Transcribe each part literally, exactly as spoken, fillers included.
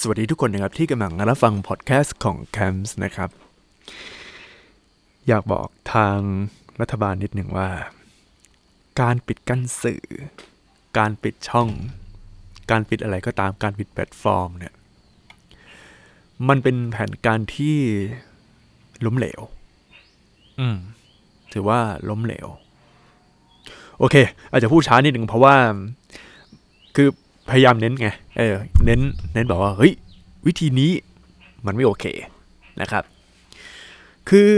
วัสดีทุกคนนะครับที่กำลังรับฟังพอดแคสต์ของ Camps นะครับอยากบอกทางรัฐบาลนิดหนึ่งว่าการปิดกั้นสื่อการปิดช่องการปิดอะไรก็ตามการปิดแพลตฟอร์มเนี่ยมันเป็นแผนการที่ล้มเหลวอืมถือว่าล้มเหลวโอเคอาจจะพูดช้านิดหนึ่งเพราะว่าคือพยายามเน้นไงเออเน้นเน้นบอกว่าเฮ้ยวิธีนี้มันไม่โอเคนะครับคือ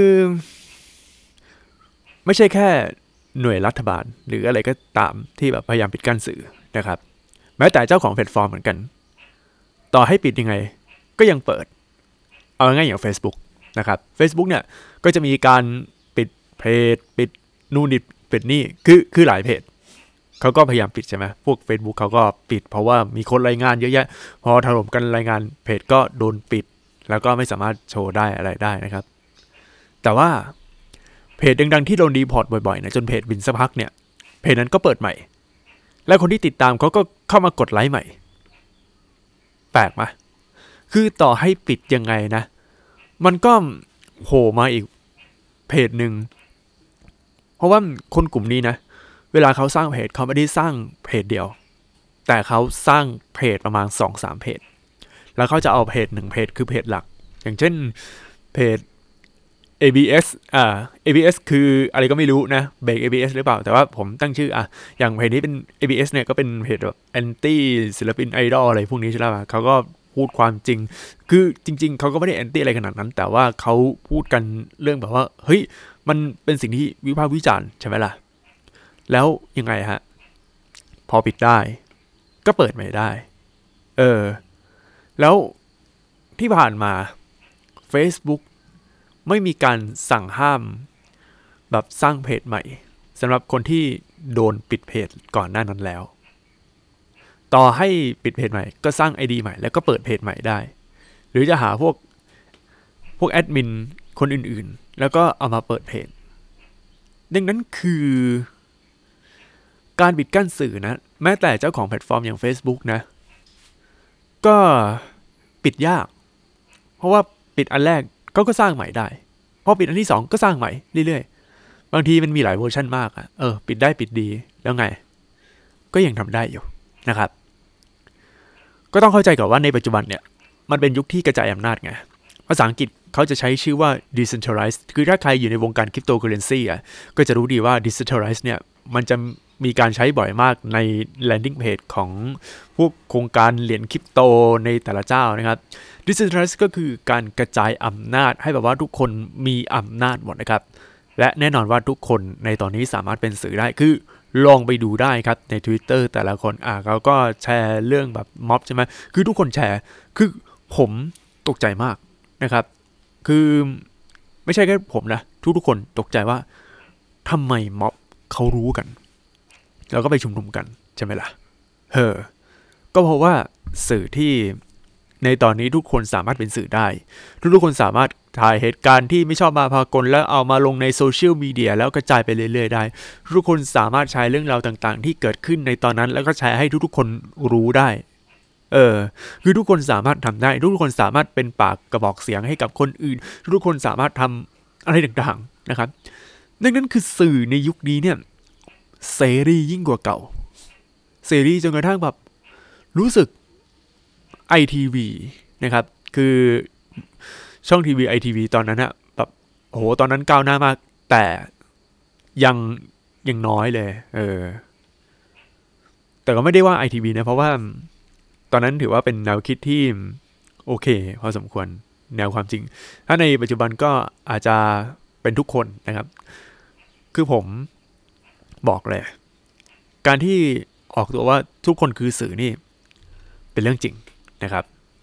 ไม่ใช่แค่หน่วยรัฐบาลหรืออะไรก็ตามที่แบบพยายามปิดกั้นสื่อนะครับแม้แต่เจ้าของแพลตฟอร์มเหมือนกันต่อให้ปิดยังไงก็ยังเปิดเอาง่ายอย่าง Facebook นะครับ Facebook เนี่ยก็จะมีการปิดเพจปิดนู่นปิดนี่คือคือหลายเพจเขาก็พยายามปิดใช่ไหมพวก Facebook เขาก็ปิดเพราะว่ามีคนรายงานเยอะแยะพอถล่มกันรายงานเพจก็โดนปิดแล้วก็ไม่สามารถโชว์ได้อะไรได้นะครับแต่ว่าเพจดังๆที่โดนรีพอร์ตบ่อยๆนะจนเพจบินสักพักเนี่ยเพจนั้นก็เปิดใหม่และคนที่ติดตามเขาก็เข้ามากดไลค์ใหม่แปลกไหมคือต่อให้ปิดยังไงนะมันก็โผล่มาอีกเพจหนึ่งเพราะว่าคนกลุ่มนี้นะเวลาเขาสร้างเพจเขาไม่ได้สร้างเพจเดียวแต่เขาสร้างเพจประมาณ สองถึงสาม เพจแล้วเขาจะเอาเพจหนึ่งเพจคือเพจหลักอย่างเช่นเพจ เอ บี เอส อ่า เอ บี เอส คืออะไรก็ไม่รู้นะเบรก เอ บี เอส หรือเปล่าแต่ว่าผมตั้งชื่ออ่ะอย่างเพจนี้เป็น เอ บี เอส เนี่ยก็เป็นเพจแบบแอนตี้ศิลปินไอดอลอะไรพวกนี้ใช่ไหมเขาก็พูดความจริงคือจริงๆเขาก็ไม่ได้แอนตี้อะไรขนาดนั้นแต่ว่าเขาพูดกันเรื่องแบบว่าเฮ้ยมันเป็นสิ่งที่วิพากษ์วิจารณ์ใช่ไหมล่ะแล้วยังไงฮะพอปิดได้ก็เปิดใหม่ได้เออแล้วที่ผ่านมา Facebook ไม่มีการสั่งห้ามแบบสร้างเพจใหม่สำหรับคนที่โดนปิดเพจก่อนหน้านั้นแล้วต่อให้ปิดเพจใหม่ก็สร้าง ไอ ดี ใหม่แล้วก็เปิดเพจใหม่ได้หรือจะหาพวกพวกแอดมินคนอื่นๆแล้วก็เอามาเปิดเพจดังนั้นคือการปิดกั้นสื่อนะแม้แต่เจ้าของแพลตฟอร์มอย่าง Facebook นะก็ปิดยากเพราะว่าปิดอันแรกเขาก็สร้างใหม่ได้พอปิดอันที่สองก็สร้างใหม่เรื่อยๆบางทีมันมีหลายเวอร์ชันมากอะเออปิดได้ปิดดีแล้วไงก็ยังทำได้อยู่นะครับก็ต้องเข้าใจก่อนว่าในปัจจุบันเนี่ยมันเป็นยุคที่กระจายอำนาจไงภาษาอังกฤษเขาจะใช้ชื่อว่า decentralized คือถ้าใครอยู่ในวงการคริปโตเคอเรนซีอ่ะก็จะรู้ดีว่า decentralized เนี่ยมันจะมีการใช้บ่อยมากใน landing page ของพวกโครงการเหรียญคริปโตในแต่ละเจ้านะครับ decentralized ก็คือการกระจายอำนาจให้แบบว่าทุกคนมีอำนาจหมดนะครับและแน่นอนว่าทุกคนในตอนนี้สามารถเป็นสื่อได้คือลองไปดูได้ครับใน Twitter แต่ละคนอ่ะเขาก็แชร์เรื่องแบบม็อบใช่ไหมคือทุกคนแชร์คือผมตกใจมากนะครับคือไม่ใช่แค่ผมนะทุกๆคนตกใจว่าทำไมม็อบเขารู้กันแล้วก็ไปชุมนุมกันใช่ไหมล่ะเฮ้อก็เพราะว่าสื่อที่ในตอนนี้ทุกคนสามารถเป็นสื่อได้ทุกๆคนสามารถถ่ายเหตุการณ์ที่ไม่ชอบมาพากลแล้วเอามาลงในโซเชียลมีเดียแล้วกระจายไปเรื่อยๆได้ทุกคนสามารถแชร์เรื่องราวต่างๆที่เกิดขึ้นในตอนนั้นแล้วก็แชร์ให้ทุกๆคนรู้ได้เออคือทุกคนสามารถทำได้ทุกคนสามารถเป็นปากกระบอกเสียงให้กับคนอื่นทุกคนสามารถทำอะไรต่างๆนะครับดังนั้นคือสื่อในยุคนี้เนี่ยเสรียิ่งกว่าเก่าเสรีจนกระทั่งแบบรู้สึก ไอ ที วี นะครับคือช่องทีวี ไอ ที วี ตอนนั้นอะแบบโอ้โหตอนนั้นก้าวหน้ามากแต่ยังยังน้อยเลยเออแต่ก็ไม่ได้ว่า ไอ ที วี นะเพราะว่าตอนนั้นถือว่าเป็นแนวคิดที่โอเคพอสมควรแนวความจริงถ้าในปัจจุบันก็อาจจะเป็นทุกคนนะครับคือผมบอกเลยการที่ออกตัวว่าทุกคนคือสื่อนี่เป็นเรื่องจริงนะครับ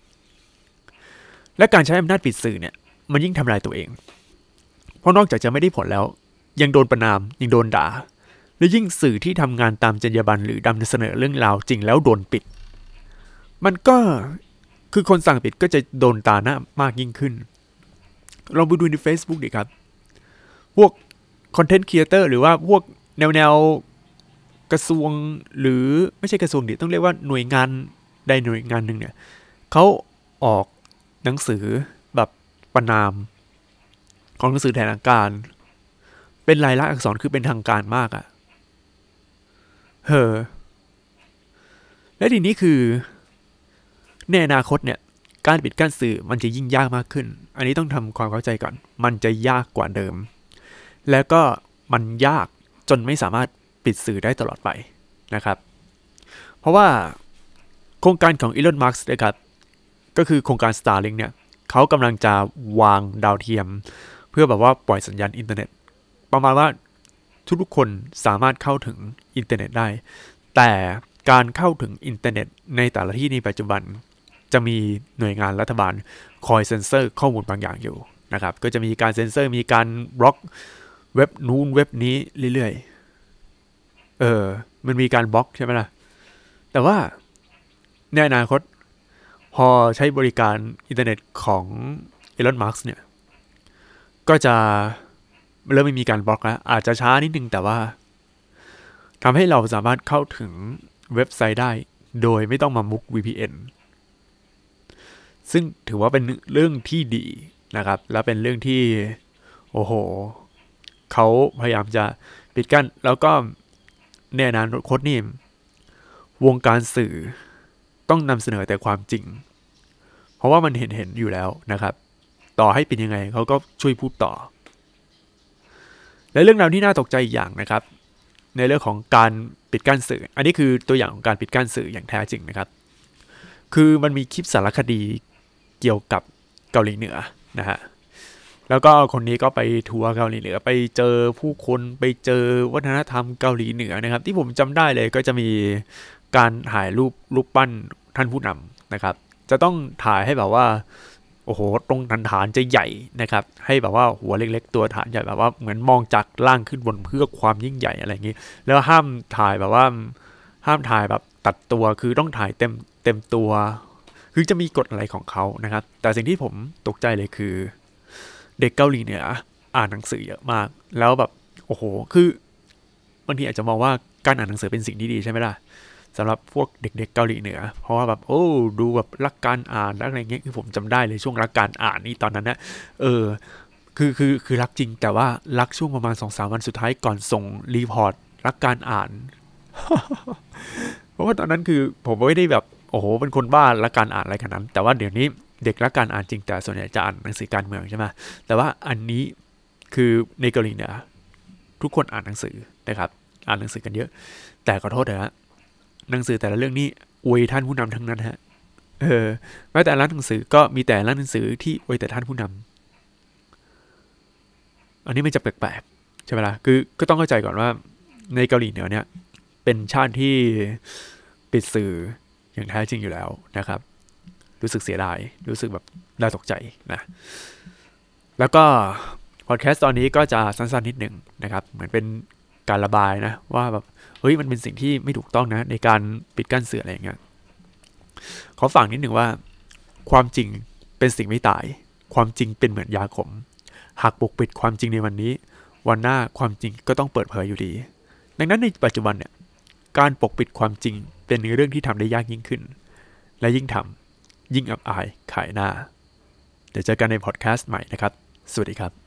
และการใช้อำนาจปิดสื่อเนี่ยมันยิ่งทำลายตัวเองเพราะนอกจากจะไม่ได้ผลแล้วยังโดนประณามยังโดนด่าและยิ่งสื่อที่ทำงานตามจรรยาบรรณหรือนำเสนอเรื่องราวจริงแล้วโดนปิดมันก็คือคนสั่งปิดก็จะโดนตาหน้ามากยิ่งขึ้นลองไปดูใน Facebook ดิครับพวกคอนเทนต์ครีเอเตอร์หรือว่าพวกแนวแนวกระทรวงหรือไม่ใช่กระทรวงดิต้องเรียกว่าหน่วยงานใดหน่วยงานหนึ่งเนี่ยเขาออกหนังสือแบบประนามของหนังสือแถลงการเป็นลายลักษณ์อักษรคือเป็นทางการมากอะเฮอและทีนี้คือในอนาคตเนี่ยการปิดกั้นสื่อมันจะยิ่งยากมากขึ้นอันนี้ต้องทำความเข้าใจก่อนมันจะยากกว่าเดิมแล้วก็มันยากจนไม่สามารถปิดสื่อได้ตลอดไปนะครับเพราะว่าโครงการของอีลอน มัสก์นะครับก็คือโครงการ Starlink เนี่ยเขากำลังจะวางดาวเทียมเพื่อแบบว่าปล่อยสัญญาณอินเทอร์เน็ตประมาณว่าทุกๆคนสามารถเข้าถึงอินเทอร์เน็ตได้แต่การเข้าถึงอินเทอร์เน็ตในแต่ละที่ในปัจจุบันจะมีหน่วยงานรัฐบาลคอยเซ็นเซอร์ข้อมูลบางอย่างอยู่นะครับก็จะมีการเซ็นเซอร์มีการบล็อกเว็บนู้นเว็บนี้เรื่อยๆเออมันมีการบล็อกใช่ไหมล่ะแต่ว่าในอนาคตพอใช้บริการอินเทอร์เน็ตของอีลอน มัสก์เนี่ยก็จะเริ่มไม่มีการบล็อกแล้วอาจจะช้านิดนึงแต่ว่าทำให้เราสามารถเข้าถึงเว็บไซต์ได้โดยไม่ต้องมามุก วี พี เอ็น ซึ่งถือว่าเป็นเรื่องที่ดีนะครับและเป็นเรื่องที่โอ้โหเขาพยายามจะปิดกั้นแล้วก็ในอนาคตนี่วงการสื่อต้องนำเสนอแต่ความจริงเพราะว่ามันเห็นเห็นอยู่แล้วนะครับต่อให้เป็นยังไงเขาก็ช่วยพูดต่อและเรื่องราวที่น่าตกใจอีกอย่างนะครับในเรื่องของการปิดกั้นสื่ออันนี้คือตัวอย่างของการปิดกั้นสื่ออย่างแท้จริงนะครับคือมันมีคลิปสารคดีเกี่ยวกับเกาหลีเหนือนะฮะแล้วก็คนนี้ก็ไปทัวร์เกาหลีเหนือไปเจอผู้คนไปเจอวัฒนธรรมเกาหลีเหนือนะครับที่ผมจำได้เลยก็จะมีการถ่ายรูปรูปปั้นท่านผู้นำนะครับจะต้องถ่ายให้แบบว่าโอ้โหตรงฐานฐานจะใหญ่นะครับให้แบบว่าหัวเล็กๆตัวฐานใหญ่แบบว่าเหมือนมองจากล่างขึ้นบนเพื่อความยิ่งใหญ่อะไรอย่างนี้แล้วห้ามถ่ายแบบว่าห้ามถ่ายแบบตัดตัวคือต้องถ่ายเต็มเต็มตัวคือจะมีกฎอะไรของเขานะครับแต่สิ่งที่ผมตกใจเลยคือเด็กเกาหลีเหนืออ่านหนังสือเยอะมากแล้วแบบโอ้โหคือบางทีอาจจะมองว่าการอ่านหนังสือเป็นสิ่งที่ดีใช่ไหมล่ะสำหรับพวกเด็กๆเกาหลีเหนือเพราะว่าแบบโอ้ดูแบบรักการอ่านรักอะไรเงี้ยคือผมจำได้เลยช่วงรักการอ่านนี่ตอนนั้นนะเออคือคือคือรักจริงแต่ว่ารักช่วงประมาณ สองถึงสาม วันสุดท้ายก่อนส่งรีพอร์ตรักการอ่าน เพราะว่าตอนนั้นคือผมไม่ได้แบบโอ้โหเป็นคนบ้ารักการอ่านอะไรขนาดนั้นแต่ว่าเดี๋ยวนี้เด็กรักการอ่านจริงแต่ส่วนใหญ่จะอ่านหนังสือการเมืองใช่ไหมแต่ว่าอันนี้คือในเกาหลีเหนือทุกคนอ่านหนังสือนะครับอ่านหนังสือกันเยอะแต่ขอโทษนะหนังสือแต่ละเรื่องนี่อวยท่านผู้นำทั้งนั้นฮะเออแม้แต่ร้านหนังสือก็มีแต่ร้านหนังสือที่อวยแต่ท่านผู้นำอันนี้มันจะแปลกๆใช่ไหมล่ะคือก็ต้องเข้าใจก่อนว่าในเกาหลีเหนือเนี่ยเป็นชาติที่ปิดสื่ออย่างแท้จริงอยู่แล้วนะครับรู้สึกเสียดายรู้สึกแบบน่าตกใจนะแล้วก็พอดแคสต์ตอนนี้ก็จะสั้นๆนิดหนึ่งนะครับเหมือนเป็นการระบายนะว่าแบบเฮ้ยมันเป็นสิ่งที่ไม่ถูกต้องนะในการปิดกั้นสื่ออะไรอย่างเงี้ยขอฝากนิดหนึ่งว่าความจริงเป็นสิ่งไม่ตายความจริงเป็นเหมือนยาขมหากปกปิดความจริงในวันนี้วันหน้าความจริงก็ต้องเปิดเผยอยู่ดีดังนั้นในปัจจุบันเนี่ยการปกปิดความจริงเป็นเรื่องที่ทำได้ยากยิ่งขึ้นและยิ่งทำยิ่งอับอายขายหน้าเดี๋ยวเจอกันในพอดแคสต์ใหม่นะครับสวัสดีครับ